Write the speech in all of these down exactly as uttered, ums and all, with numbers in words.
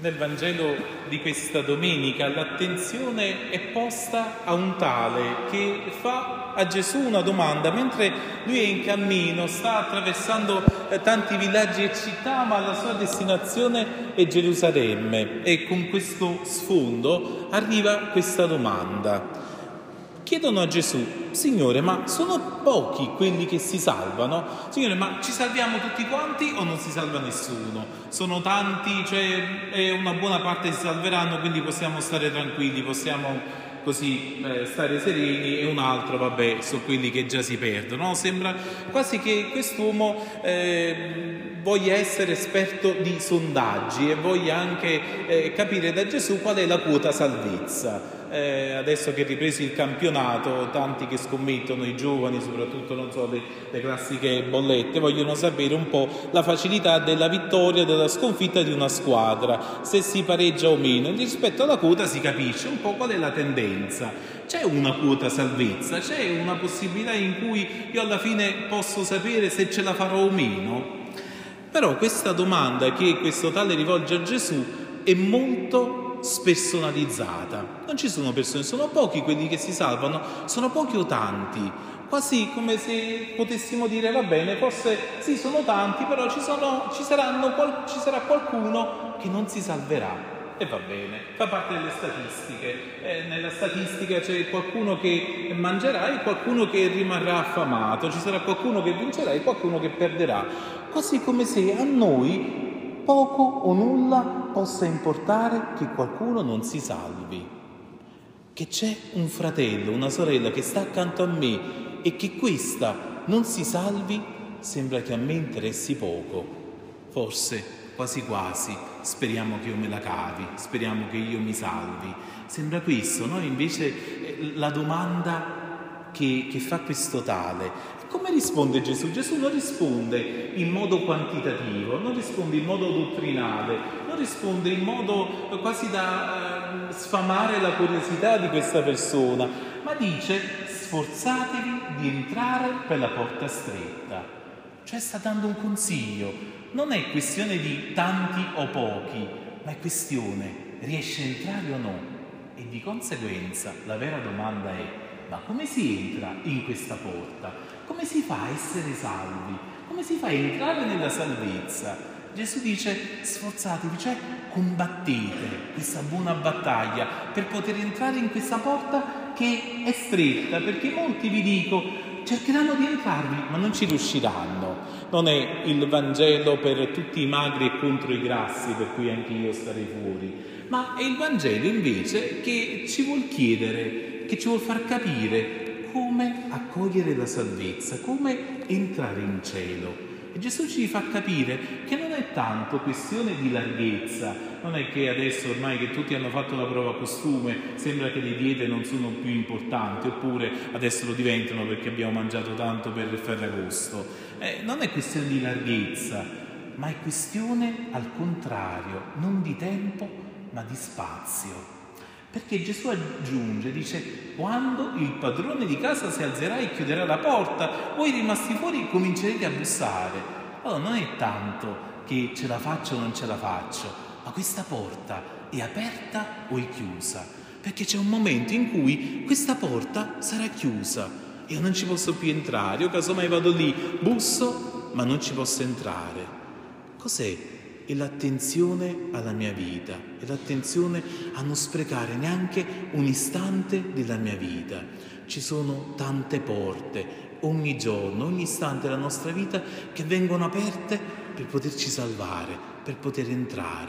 Nel Vangelo di questa domenica l'attenzione è posta a un tale che fa a Gesù una domanda mentre lui è in cammino, sta attraversando tanti villaggi e città, ma la sua destinazione è Gerusalemme, e con questo sfondo arriva questa domanda. Chiedono a Gesù: Signore, ma sono pochi quelli che si salvano? Signore, ma ci salviamo tutti quanti o non si salva nessuno? Sono tanti, cioè è una buona parte si salveranno, quindi possiamo stare tranquilli, possiamo così eh, stare sereni, e un altro, vabbè, sono quelli che già si perdono. Sembra quasi che quest'uomo eh, voglia essere esperto di sondaggi e voglia anche eh, capire da Gesù qual è la quota salvezza. Eh, adesso che è ripreso il campionato, tanti che scommettono, i giovani soprattutto, non so, le, le classiche bollette, vogliono sapere un po' la facilità della vittoria o della sconfitta di una squadra, se si pareggia o meno, e rispetto alla quota si capisce un po' qual è la tendenza. C'è una quota salvezza, c'è una possibilità in cui io alla fine posso sapere se ce la farò o meno. Però questa domanda che questo tale rivolge a Gesù è molto spersonalizzata. Non ci sono persone, sono pochi quelli che si salvano, sono pochi o tanti, quasi come se potessimo dire: va bene, forse sì, sono tanti, però ci, sono, ci, saranno, ci sarà qualcuno che non si salverà. E va bene, fa parte delle statistiche. Eh, nella statistica c'è qualcuno che mangerà e qualcuno che rimarrà affamato, ci sarà qualcuno che vincerà e qualcuno che perderà, quasi come se a noi poco o nulla possa importare che qualcuno non si salvi, che c'è un fratello, una sorella che sta accanto a me e che questa non si salvi, sembra che a me interessi poco. Forse, quasi quasi, speriamo che io me la cavi, speriamo che io mi salvi. Sembra questo, no? Invece la domanda che, che fa questo tale. Come risponde Gesù? Gesù non risponde in modo quantitativo, non risponde in modo dottrinale, non risponde in modo quasi da eh, sfamare la curiosità di questa persona, ma dice: sforzatevi di entrare per la porta stretta. Cioè sta dando un consiglio. Non è questione di tanti o pochi, ma è questione: riesce a entrare o no? E di conseguenza la vera domanda è: ma come si entra in questa porta? Come si fa a essere salvi? Come si fa a entrare nella salvezza? Gesù dice: sforzatevi, cioè combattete questa buona battaglia per poter entrare in questa porta che è stretta, perché molti, vi dico, cercheranno di entrarvi ma non ci riusciranno. Non è il Vangelo per tutti i magri e contro i grassi, per cui anche io starei fuori, ma è il Vangelo invece che ci vuol chiedere, che ci vuol far capire come accogliere la salvezza, come entrare in cielo. E Gesù ci fa capire che non è tanto questione di larghezza, non è che adesso, ormai che tutti hanno fatto la prova costume, sembra che le diete non sono più importanti, oppure adesso lo diventano perché abbiamo mangiato tanto per il Ferragosto. Eh, non è questione di larghezza, ma è questione al contrario, non di tempo ma di spazio. Perché Gesù aggiunge, dice: quando il padrone di casa si alzerà e chiuderà la porta, voi rimasti fuori comincerete a bussare. Allora non è tanto che ce la faccio o non ce la faccio, ma questa porta è aperta o è chiusa? Perché c'è un momento in cui questa porta sarà chiusa e io non ci posso più entrare. Io casomai vado lì, busso, ma non ci posso entrare. Cos'è? E l'attenzione alla mia vita, e l'attenzione a non sprecare neanche un istante della mia vita. Ci sono tante porte, ogni giorno, ogni istante della nostra vita, che vengono aperte per poterci salvare, per poter entrare.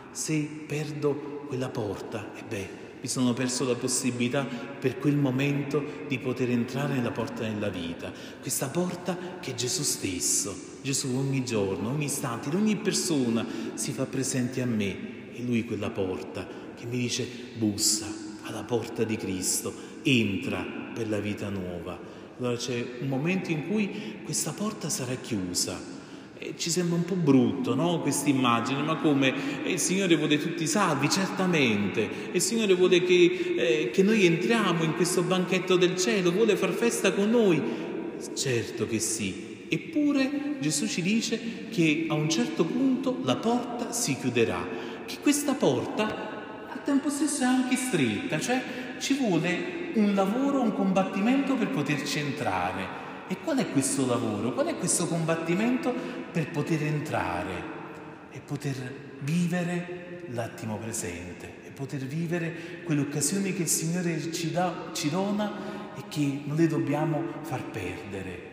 Se perdo quella porta, e beh, mi sono perso la possibilità per quel momento di poter entrare nella porta della vita, questa porta che è Gesù stesso. Gesù ogni giorno, ogni istante, in ogni persona si fa presente a me, e Lui quella porta che mi dice: bussa alla porta di Cristo, entra per la vita nuova. Allora c'è un momento in cui questa porta sarà chiusa. E ci sembra un po' brutto, no? Questa immagine, ma come? E il Signore vuole tutti salvi, certamente. E il Signore vuole che, eh, che noi entriamo in questo banchetto del cielo, vuole far festa con noi. Certo che sì. Eppure Gesù ci dice che a un certo punto la porta si chiuderà. che questa porta al tempo stesso è anche stretta, cioè ci vuole un lavoro, un combattimento per poterci entrare. E qual è questo lavoro? Qual è questo combattimento per poter entrare e poter vivere l'attimo presente e poter vivere quelle occasioni che il Signore ci dà, ci dona e che non le dobbiamo far perdere.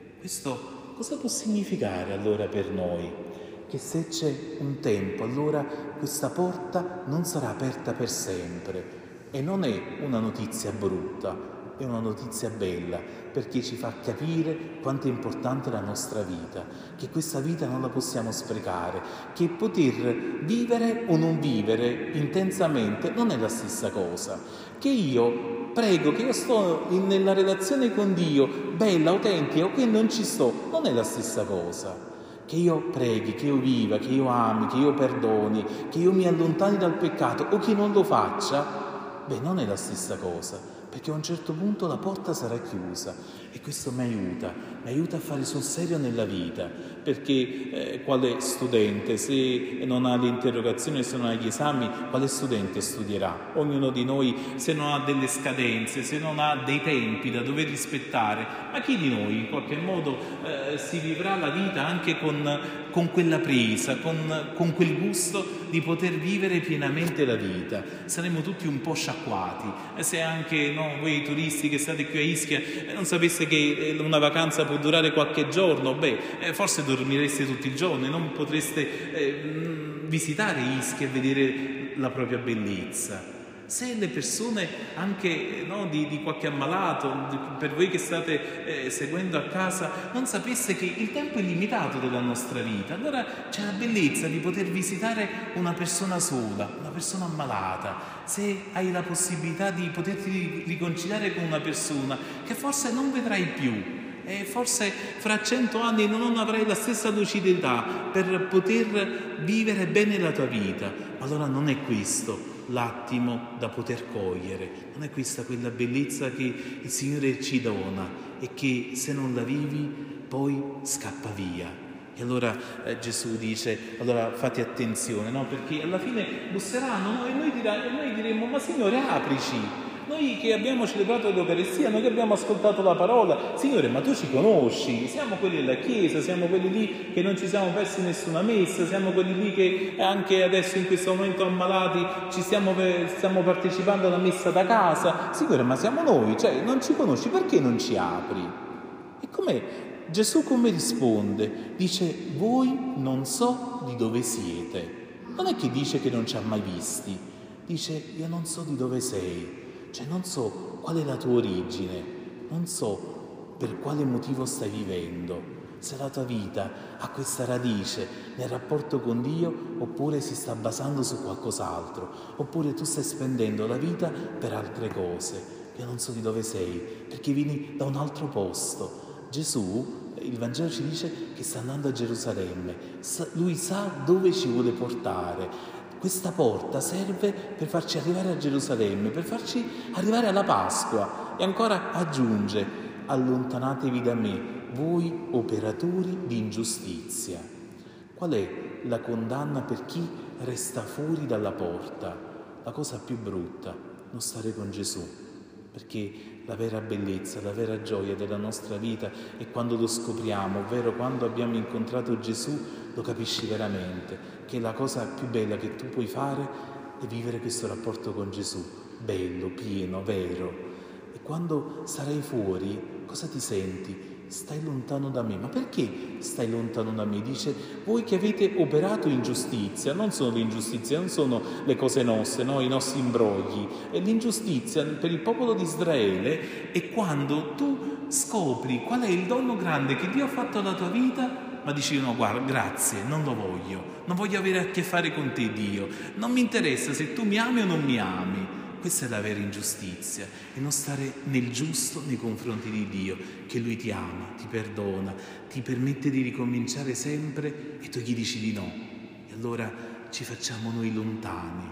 Questo cosa può significare allora per noi? Che se c'è un tempo, allora questa porta non sarà aperta per sempre. E non è una notizia brutta, è una notizia bella, perché ci fa capire quanto è importante la nostra vita, che questa vita non la possiamo sprecare, che poter vivere o non vivere intensamente non è la stessa cosa, che io prego, che io sto in, nella relazione con Dio, bella, autentica, o che non ci sto, non è la stessa cosa. Che io preghi, che io viva, che io ami, che io perdoni, che io mi allontani dal peccato o che non lo faccia, beh, non è la stessa cosa, perché a un certo punto la porta sarà chiusa e questo mi aiuta, mi aiuta a fare sul serio nella vita, perché eh, quale studente, se non ha le interrogazioni, se non ha gli esami, quale studente studierà? Ognuno di noi, se non ha delle scadenze, se non ha dei tempi da dover rispettare, ma chi di noi in qualche modo eh, si vivrà la vita anche con, con quella presa, con, con quel gusto di poter vivere pienamente la vita? Saremo tutti un po' sciacquati, eh, se anche no, voi turisti che state qui a Ischia eh, non sapeste che una vacanza può durare qualche giorno, beh, eh, forse dormireste tutti i giorni, non potreste eh, visitare Ischia e vedere la propria bellezza. Se le persone anche no, di, di qualche ammalato, di, per voi che state eh, seguendo a casa, non sapesse che il tempo è limitato della nostra vita, allora c'è la bellezza di poter visitare una persona sola, una persona ammalata, se hai la possibilità di poterti riconciliare con una persona che forse non vedrai più, e forse fra cento anni non avrai la stessa lucidità per poter vivere bene la tua vita, allora non è questo l'attimo da poter cogliere, non è questa quella bellezza che il Signore ci dona e che se non la vivi poi scappa via. E allora eh, Gesù dice, allora fate attenzione, no? Perché alla fine busseranno, no? E noi, dirà, e noi diremo, ma Signore aprici. Noi che abbiamo celebrato l'Eucaristia, noi che abbiamo ascoltato la parola, Signore, ma tu ci conosci, siamo quelli della Chiesa, siamo quelli lì che non ci siamo persi nessuna messa, siamo quelli lì che anche adesso in questo momento ammalati ci stiamo, stiamo partecipando alla messa da casa. Signore, ma siamo noi, cioè non ci conosci, perché non ci apri? E com'è? Gesù come risponde? Dice, voi non so di dove siete. Non è che dice che non ci ha mai visti, dice, io non so di dove sei. Cioè non so qual è la tua origine, non so per quale motivo stai vivendo, se la tua vita ha questa radice nel rapporto con Dio oppure si sta basando su qualcos'altro, oppure tu stai spendendo la vita per altre cose. Io non so di dove sei, perché vieni da un altro posto. Gesù, il Vangelo ci dice che sta andando a Gerusalemme, lui sa dove ci vuole portare. Questa porta serve per farci arrivare a Gerusalemme, per farci arrivare alla Pasqua. E ancora aggiunge, allontanatevi da me, voi operatori di ingiustizia. Qual è la condanna per chi resta fuori dalla porta? La cosa più brutta, non stare con Gesù, perché la vera bellezza, la vera gioia della nostra vita è quando lo scopriamo, ovvero quando abbiamo incontrato Gesù lo capisci veramente, che la cosa più bella che tu puoi fare è vivere questo rapporto con Gesù, bello, pieno, vero. E quando sarai fuori, cosa ti senti? Stai lontano da me. Ma perché stai lontano da me? Dice, voi che avete operato ingiustizia, non sono le ingiustizie, non sono le cose nostre, no? I nostri imbrogli. E l'ingiustizia per il popolo di Israele è quando tu scopri qual è il dono grande che Dio ha fatto alla tua vita, ma dici no, guarda, grazie, non lo voglio, non voglio avere a che fare con te, Dio, non mi interessa se tu mi ami o non mi ami. Questa è la vera ingiustizia, e non stare nel giusto nei confronti di Dio, che Lui ti ama, ti perdona, ti permette di ricominciare sempre e tu gli dici di no. E allora ci facciamo noi lontani,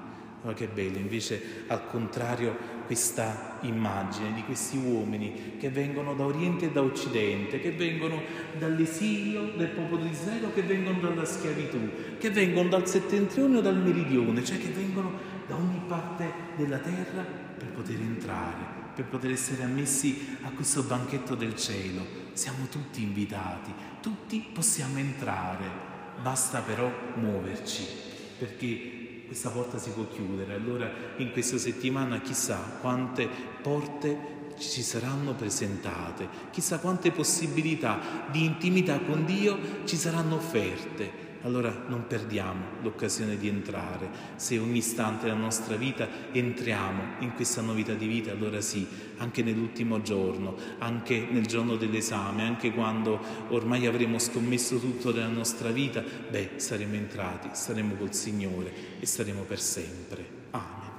Ma che bello, invece al contrario questa immagine di questi uomini che vengono da Oriente e da Occidente, che vengono dall'esilio del popolo di Israele, che vengono dalla schiavitù, che vengono dal settentrione o dal meridione, cioè che vengono da ogni parte della terra per poter entrare, per poter essere ammessi a questo banchetto del cielo. Siamo tutti invitati, tutti possiamo entrare, basta però muoverci, perché questa porta si può chiudere. Allora in questa settimana chissà quante porte ci saranno presentate, chissà quante possibilità di intimità con Dio ci saranno offerte. Allora non perdiamo l'occasione di entrare. Se ogni istante della nostra vita entriamo in questa novità di vita, allora sì, anche nell'ultimo giorno, anche nel giorno dell'esame, anche quando ormai avremo scommesso tutto della nostra vita, beh, saremo entrati, saremo col Signore e staremo per sempre. Amen.